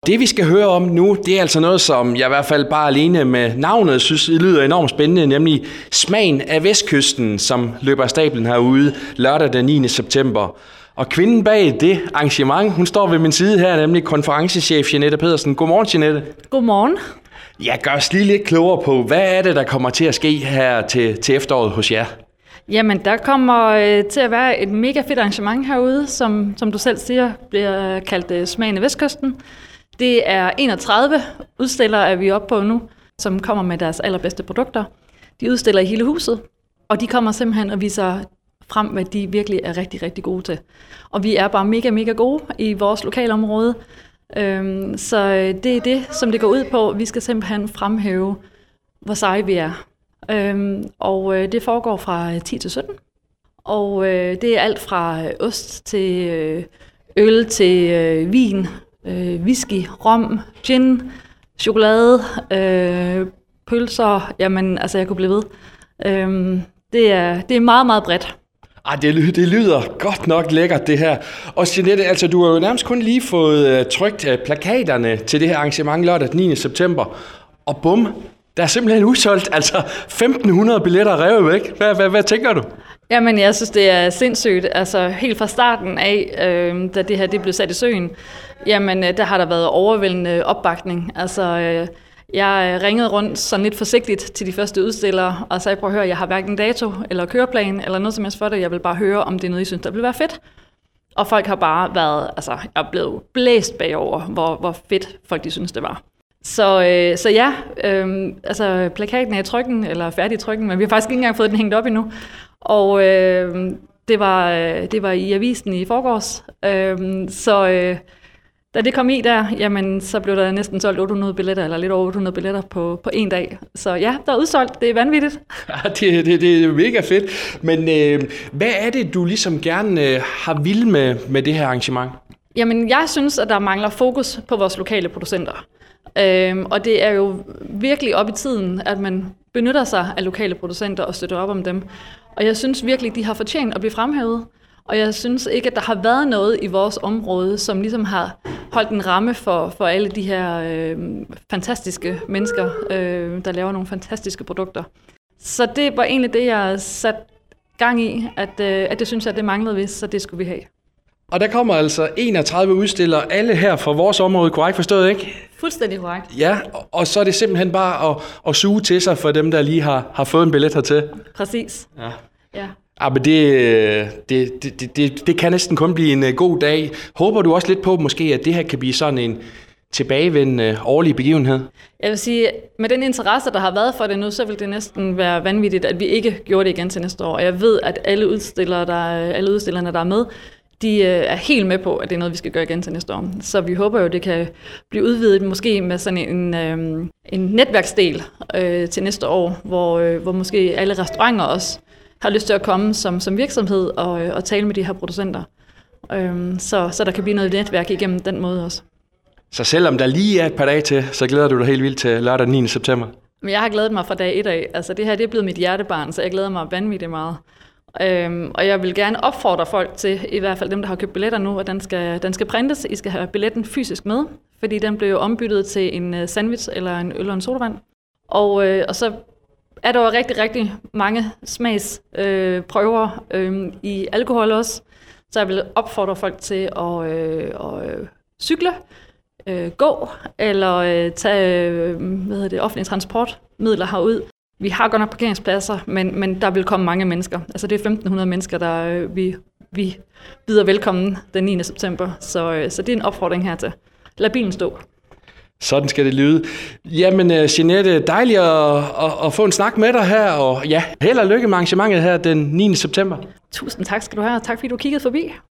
Det vi skal høre om nu, det er altså noget, som jeg i hvert fald bare alene med navnet synes, det lyder enormt spændende, nemlig Smagen af Vestkysten, som løber af stablen herude lørdag den 9. september. Og kvinden bag det arrangement, hun står ved min side her, nemlig konferencechef Jeanette Pedersen. Godmorgen, Jeanette. Godmorgen. Ja, gør os lige lidt klogere på, hvad er det, der kommer til at ske her til efteråret hos jer? Jamen, der kommer til at være et mega fedt arrangement herude, som du selv siger, bliver kaldt Smagen af Vestkysten. Det er 31 udstillere, er vi oppe på nu, som kommer med deres allerbedste produkter. De udstiller i hele huset, og de kommer simpelthen og viser frem, hvad de virkelig er rigtig, rigtig gode til. Og vi er bare mega, mega gode i vores lokalområde. Så det er det, som det går ud på. Vi skal simpelthen fremhæve, hvor seje vi er. Og det foregår fra 10 til 17. Og det er alt fra ost til øl til vin, whisky, rom, gin, chokolade, pølser. Jamen, altså jeg kunne blive ved. Det er meget, meget bredt. Det lyder godt nok lækkert, det her. Og Jeanette, altså du har jo nærmest kun lige fået trykt plakaterne til det her arrangement lørdag den 9. september. Og bum, der er simpelthen udsolgt, altså 1.500 billetter revet væk. Hvad tænker du? Jamen, jeg synes, det er sindssygt. Altså, helt fra starten af, da det her det blev sat i søen, jamen, der har der været overvældende opbakning. Altså, jeg ringede rundt sådan lidt forsigtigt til de første udstillere, og sagde, prøv at høre, jeg har hverken dato eller køreplan eller noget som helst for det. Jeg vil bare høre, om det er noget, I synes, der vil være fedt. Og folk har bare været, altså, jeg er blevet blæst bagover, hvor fedt folk de synes, det var. Så ja, altså plakaten er i trykken, eller færdig i trykken, men vi har faktisk ikke engang fået den hængt op endnu. Og det var i avisen i forgårs. Da det kom i der, jamen så blev der næsten solgt 800 billetter, eller lidt over 800 billetter på en dag. Så ja, der er udsolgt. Det er vanvittigt. Ja, det er mega fedt. Men hvad er det, du ligesom gerne har vil med det her arrangement? Jamen, jeg synes, at der mangler fokus på vores lokale producenter. Og det er jo virkelig op i tiden, at man benytter sig af lokale producenter og støtter op om dem. Og jeg synes virkelig, de har fortjent at blive fremhævet. Og jeg synes ikke, at der har været noget i vores område, som ligesom har holdt en ramme for alle de her fantastiske mennesker, der laver nogle fantastiske produkter. Så det var egentlig det, jeg satte gang i, at det synes jeg, det manglede vi, så det skulle vi have. Og der kommer altså 31 udstillere, alle her fra vores område, korrekt forstået, ikke? Fuldstændig korrekt. Ja, og så er det simpelthen bare at suge til sig for dem, der lige har fået en billet hertil. Præcis. Ja. Men det kan næsten kun blive en god dag. Håber du også lidt på måske, at det her kan blive sådan en tilbagevendende årlig begivenhed? Jeg vil sige, med den interesse, der har været for det nu, så vil det næsten være vanvittigt, at vi ikke gjorde det igen til næste år. Og jeg ved, at alle udstillerne, der er med, de er helt med på, at det er noget, vi skal gøre igen til næste år. Så vi håber jo, det kan blive udvidet måske med sådan en netværksdel til næste år, hvor måske alle restauranter også har lyst til at komme som virksomhed og tale med de her producenter. Så der kan blive noget netværk igennem den måde også. Så selvom der lige er et par dage til, så glæder du dig helt vildt til lørdag den 9. september? Men jeg har glædet mig fra dag 1 af. Altså det her det er blevet mit hjertebarn, så jeg glæder mig vanvittigt meget. Og jeg vil gerne opfordre folk til, i hvert fald dem, der har købt billetter nu, at den skal printes. I skal have billetten fysisk med, fordi den bliver jo ombyttet til en sandwich eller en øl og en sodavand. Og så er der jo rigtig, rigtig mange smagsprøver i alkohol også. Så jeg vil opfordre folk til at cykle, gå eller tage offentlige transportmidler herud. Vi har godt nok parkeringspladser, men der vil komme mange mennesker. Altså det er 1.500 mennesker, der vi byder velkommen den 9. september. Så det er en opfordring hertil. Lad bilen stå. Sådan skal det lyde. Jamen, Jeanette, dejligt at få en snak med dig her, og ja, held og lykke med arrangementet her den 9. september. Tusind tak skal du have, og tak fordi du kiggede forbi.